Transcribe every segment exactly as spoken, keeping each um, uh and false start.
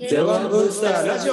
ゼロワンブースターラジオ。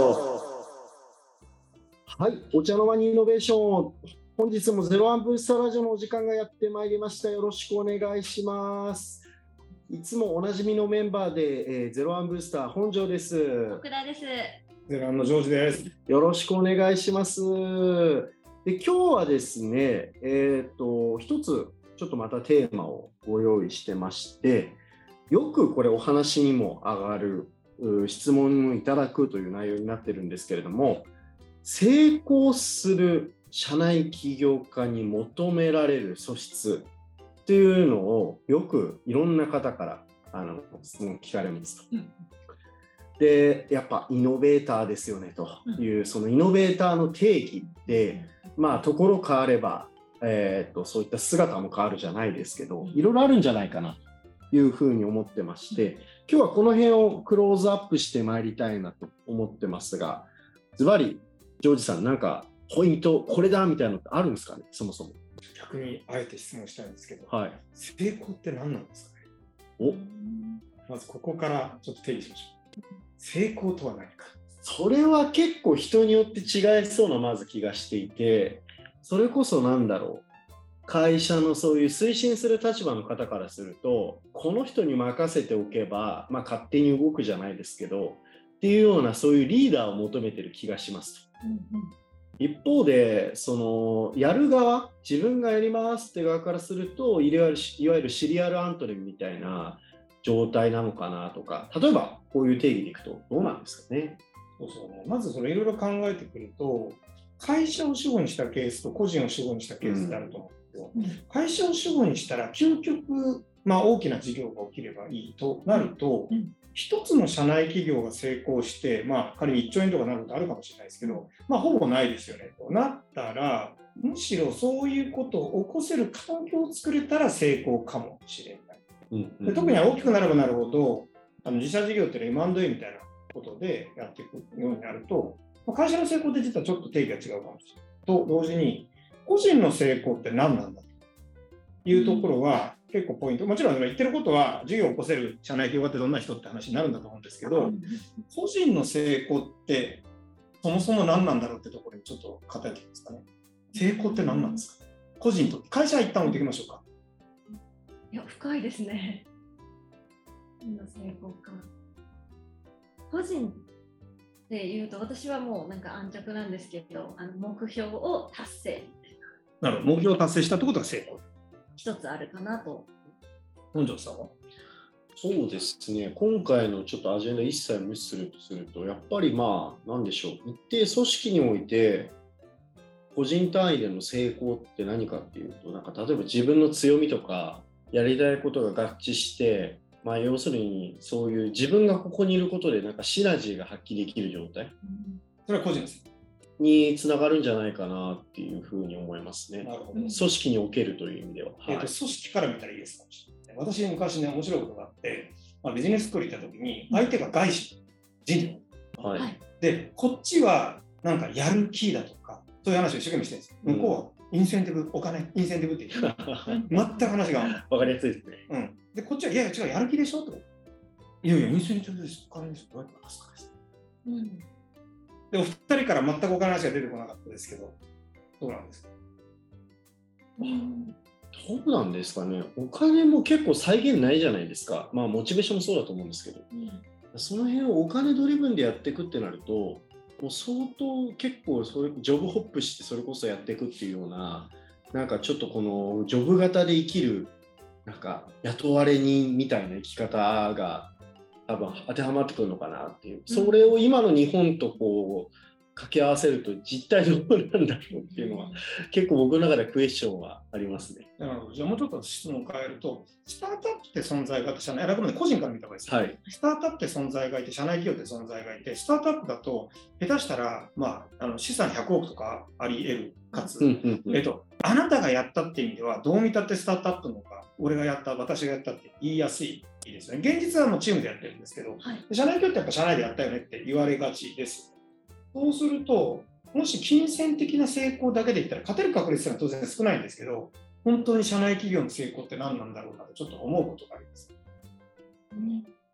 はい、お茶の間にイノベーション、本日もゼロワンブースターラジオのお時間がやってまいりました。よろしくお願いします。いつもおなじみのメンバーで、えー、ゼロワンブースター本庄です。 奥田です。 ゼロワンのジョージです。 よろしくお願いします。で、今日はですね、えー、と一つちょっとまたテーマをご用意してまして、よくこれお話にも上がる質問をいただくという内容になってるんですけれども、成功する社内起業家に求められる素質っていうのをよくいろんな方からあの質問聞かれますと。うん、でやっぱイノベーターですよねという、うん、そのイノベーターの定義って、うん、まあところ変われば、えー、とそういった姿も変わるじゃないですけど、いろいろあるんじゃないかなというふうに思ってまして、今日はこの辺をクローズアップしてまいりたいなと思ってますが、ズバリジョージさん、なんかポイントこれだみたいなのってあるんですかね。そもそも逆にあえて質問したいんですけど、 はい、 成功って何なんですかね。 おまずここからちょっと定義しましょう。成功とは何か。 それは結構人によって違いそうなまず気がしていて、それこそなんだろう、会社のそういう推進する立場の方からすると、この人に任せておけば、まあ、勝手に動くじゃないですけどっていうような、そういうリーダーを求めてる気がしますと。うんうん、一方でそのやる側、自分がやりますって側からすると、いわゆるいわゆるシリアルアントレムみたいな状態なのかなとか、例えばこういう定義でいくとどうなんですかね。 そうそうね、まずそれいろいろ考えてくると、会社を主語にしたケースと個人を主語にしたケースってあると思うんですよ。うん、会社を主語にしたら究極、まあ、大きな事業が起きればいいとなると、うん、一つの社内企業が成功して、まあ、仮にいっちょうえんとかなることあるかもしれないですけど、まあ、ほぼないですよねとなったら、むしろそういうことを起こせる環境を作れたら成功かもしれない。うんうん、で特に大きくなればなるほど、あの自社事業っていうのは エムアンドエー みたいなことでやっていくようになると、会社の成功って実はちょっと定義が違うかもしれない。と同時に、個人の成功って何なんだというところは結構ポイント。もちろん言ってることは、事業を起こせる社内企業家ってどんな人って話になるんだと思うんですけど、個人の成功ってそもそも何なんだろうってところにちょっと語っていきますかね。成功って何なんですか。個人と会社は一旦置いていきましょうか。 いや、深いですね。何の成功か。個人でいうと、私はもうなんか安直なんですけど、あの目標を達成。 なるほど、目標を達成したってことが成功。 一つあるかなと。 本庄さんは。 そうですね、今回のちょっとアジェンダ一切無視するとすると、やっぱりまあ、なんでしょう、一定組織において、個人単位での成功って何かっていうと、なんか例えば自分の強みとか、やりたいことが合致して、まあ、要するにそういう自分がここにいることでなんかシナジーが発揮できる状態、 それは個人ですにつながるんじゃないかなっていうふうに思いますね。 なるほど。 組織におけるという意味では、 えーと、組織から見たらいいですかもしれない。私昔ね、面白いことがあって、まあ、ビジネススクール行った時に相手が外資人事、はい、でこっちはなんかやる気だとかそういう話を一生懸命してるんです。向こうはインセンティブ、お金、インセンティブって言って全く話が分かりやすいですね。 うん、でこっちはいやいや違う、やる気でしょと。いやいやインセンティブです、お金です、どうやって出すかです、うん、でお二人から全くお金の話が出てこなかったですけど、どうなんですか。 うん、どうなんですかね。お金も結構再現ないじゃないですか。まあモチベーションもそうだと思うんですけど、うん、その辺をお金ドリブンでやっていくってなると、もう相当結構それジョブホップしてそれこそやっていくっていうような、なんかちょっとこのジョブ型で生きるなんか雇われ人みたいな生き方が多分当てはまってくるのかなっていう、それを今の日本とこう掛け合わせると実態どうなんだろうっていうのは、うん、結構僕の中でクエスチョンはありますね。 なるほど。じゃあもうちょっと質問を変えると、スタートアップって存在がいて、社内、楽で個人から見た方がいいです、はい、スタートアップって存在がいて、社内企業って存在がいて、スタートアップだと下手したら、まあ、あの資産ひゃくおくとかあり得るかつ、うんうんうん、えっと、あなたがやったっていう意味ではどう見たってスタートアップのか、俺がやった、私がやったって言いやすいですね。現実はもうチームでやってるんですけど、はい、社内企業ってやっぱ社内でやったよねって言われがちです。そうすると、もし金銭的な成功だけで言ったら勝てる確率は当然少ないんですけど、本当に社内企業の成功って何なんだろうなとちょっと思うことがあります。うん、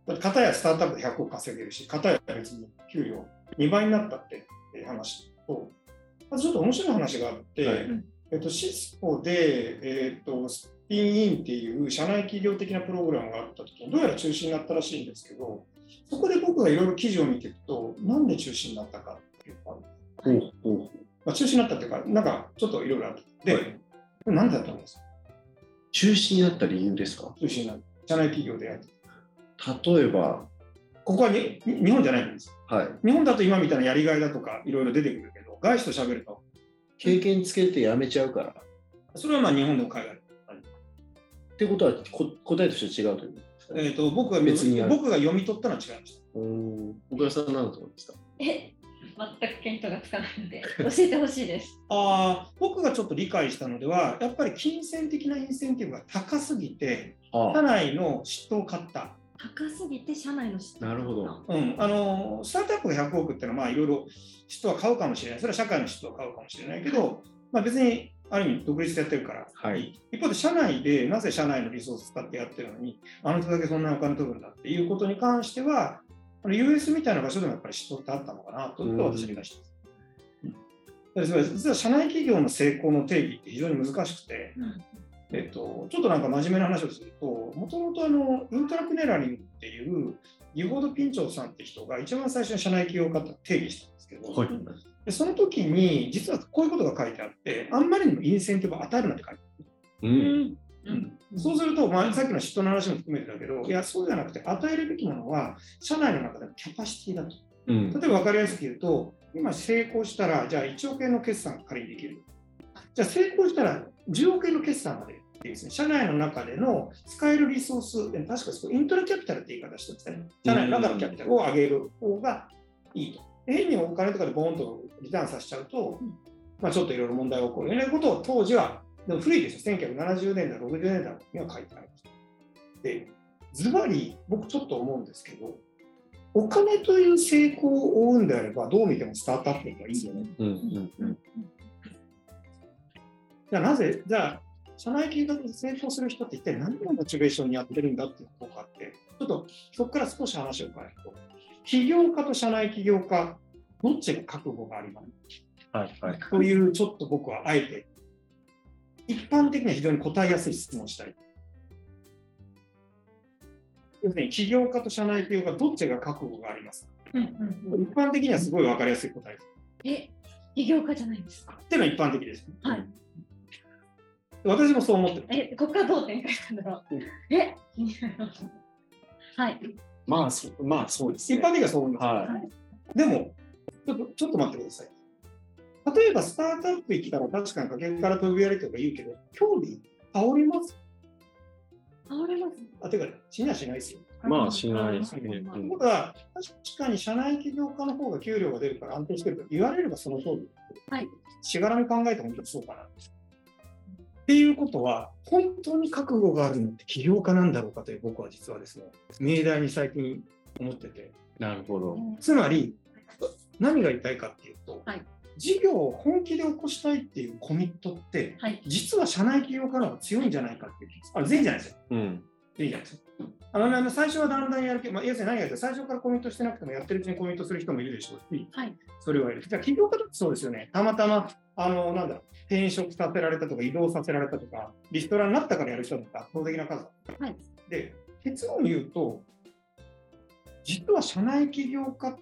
片やスタートアップでひゃくおく稼げるし、片や別に給料にばいになったっていう話と、まずちょっと面白い話があって、はい、えっと、シスコで、えっと、スピンインっていう社内企業的なプログラムがあったときに、どうやら中止になったらしいんですけど、そこで僕がいろいろ記事を見ていくと、なんで中止になったかっていうか、はい、まあ、中止になったっていうか、なんかちょっといろいろあって、はい、なんでだと思います？ 中止になった理由ですか？ 中止になった。社内企業でやる。 例えば、 ここはに日本じゃないんです。 はい。 日本だと今みたいなやりがいだとかいろいろ出てくるけど、外資と喋ると。 経験つけてやめちゃうから。 それはまあ日本でも海外でもある。 ってことはこ答えとして違うということですか？ えーと、僕が別に僕が読み取ったのは違いました。 小倉さん何だと思いますか？ え、全く見当がつかないので教えてほしいです。 あ僕がちょっと理解したのでは、やっぱり金銭的なインセンティブが高すぎて、社内の嫉妬を買った。 高すぎて社内の嫉妬。 なるほど。 うん、あのスタートアップがひゃくおくっていうのは、まあいろいろ嫉妬は買うかもしれない。それは社会の嫉妬を買うかもしれないけど、まあ、別にある意味独立でやってるから、はい、一方で社内でなぜ社内のリソース使ってやってるのに、あの人だけそんなお金取るんだっていうことに関しては、ユーエス みたいな場所でもやっぱり嫉妬ってあったのかなと私は理解してます。うん、実は社内企業の成功の定義って非常に難しくて、うんえっと、ちょっとなんか真面目な話をすると、もともとイントラプネラリングっていうユゴード・ピンチョーさんって人が一番最初に社内企業家って定義したんですけど、はい、でその時に実はこういうことが書いてあって、あんまりにもインセンティブを与えるなって書いてある。うんうん、そうすると、まあ、さっきの嫉妬の話も含めてだけど、いや、そうじゃなくて、与えるべきものは、社内の中でのキャパシティだと。うん、例えば分かりやすく言うと、今成功したら、じゃあいちおくえんの決算が仮にできる。じゃあ成功したらじゅうおくえんの決算までですね、社内の中での使えるリソース、確かそこイントラキャピタルって言い方してますね。社内の中のキャピタルを上げる方がいいと。変にお金とかでボーンとリターンさせちゃうと、まあ、ちょっといろいろ問題が起こるようなことを当時は、でも古いですよ、せんきゅうひゃくななじゅうねんだい、ろくじゅうねんだいには書いてありました。で、ズバリ僕ちょっと思うんですけど、お金という成功を追うんであれば、どう見てもスタートアップがいいよね。うんうんうん、じゃあなぜ、じゃあ、社内企業で成功する人って一体何のモチベーションにやってるんだっていうことがあって、ちょっとそこから少し話を変えると、起業家と社内起業家、どっちが覚悟がありますか、はいはい、という、ちょっと僕はあえて、一般的には非常に答えやすい質問をしたい。要するに、起業家と社内起業家、どっちが覚悟がありますか、うんうんうん、一般的にはすごい分かりやすい答えです。 え、起業家じゃないですかっていうのは一般的です。 はい。 私もそう思ってる。 え、ここからどう展開したんだろう。うん、えはい。 まあ、そまあ、そうです、 ね。一般的にはそう思います。はい、でもちょっと、ちょっと待ってください。例えば、スタートアップ行ったら確かに崖から飛び降りとか言うけど、興味倒れます倒れますあ、てか、死にはしないですよ。 まあ、しないですね。ということは、確かに社内起業家の方が給料が出るから安定してると言われればその通り。はい。しがらみ考えて本当にそうかな。っていうことは、本当に覚悟があるのって起業家なんだろうかという僕は実はですね、命題に最近思ってて。 なるほど。 つまり、何が言いたいかっていうと、はい、事業を本気で起こしたいっていうコミットって、はい、実は社内起業家の方が強いんじゃないかっていう気がする。あ、全員じゃないですよ。うん。全員じゃないですよ。あの、あの最初はだんだんやるけど、まあ、要するに何が言うと、最初からコミットしてなくてもやってるうちにコミットする人もいるでしょうし、はい、それはいる。じゃあ起業家だってそうですよね。たまたま、あの、なんだろう、転職させられたとか、移動させられたとか、リストラになったからやる人だって圧倒的な数。はい、で、結論を言うと、実は社内起業家って、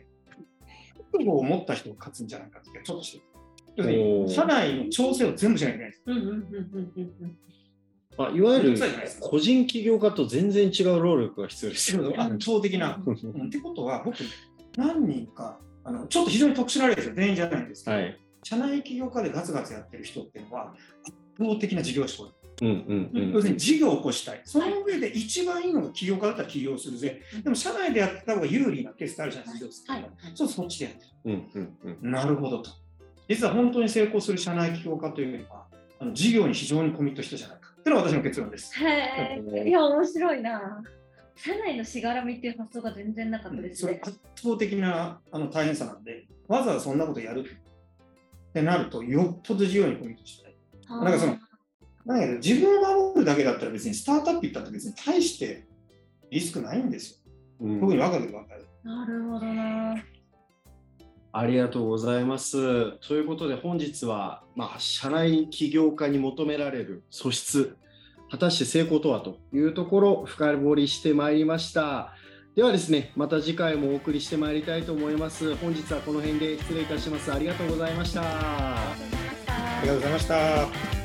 覚悟を持った人が勝つんじゃないかってちょっとしてる。社内の調整を全部しなきゃいけないです。 あ、いわゆる個人起業家と全然違う労力が必要ですよね。 圧倒的な。ってことは、僕、何人か、あのちょっと非常に特殊な例ですよ。全員じゃないんですけど、はい、社内起業家でガツガツやってる人っていうのは、圧倒的な事業所。うんうんうん、要するに事業を起こしたい。その上で一番いいのが起業家だったら起業するぜ。でも社内でやった方が有利なケースってあるじゃないですか。はい、そうそっちでやってる、うんうんうん。なるほどと。実は本当に成功する社内起業家というのは、あの事業に非常にコミットしたじゃないか。というのが私の結論です。 へー、いや、面白いな。社内のしがらみっていう発想が全然なかったですね。 それ圧倒的なあの大変さなんで、わざわざそんなことやるってなると、よっぽど事業にコミットしたい。なんかそのなんか自分を守るだけだったら別にスタートアップ行ったって別に大してリスクないんですよ。 うん、 特に若く分かる。 なるほどな。 ありがとうございます。ということで本日は、まあ、社内起業家に求められる素質、果たして成功とはというところを深掘りしてまいりました。ではですね、また次回もお送りしてまいりたいと思います。本日はこの辺で失礼いたします。ありがとうございました。 ありがとうございました。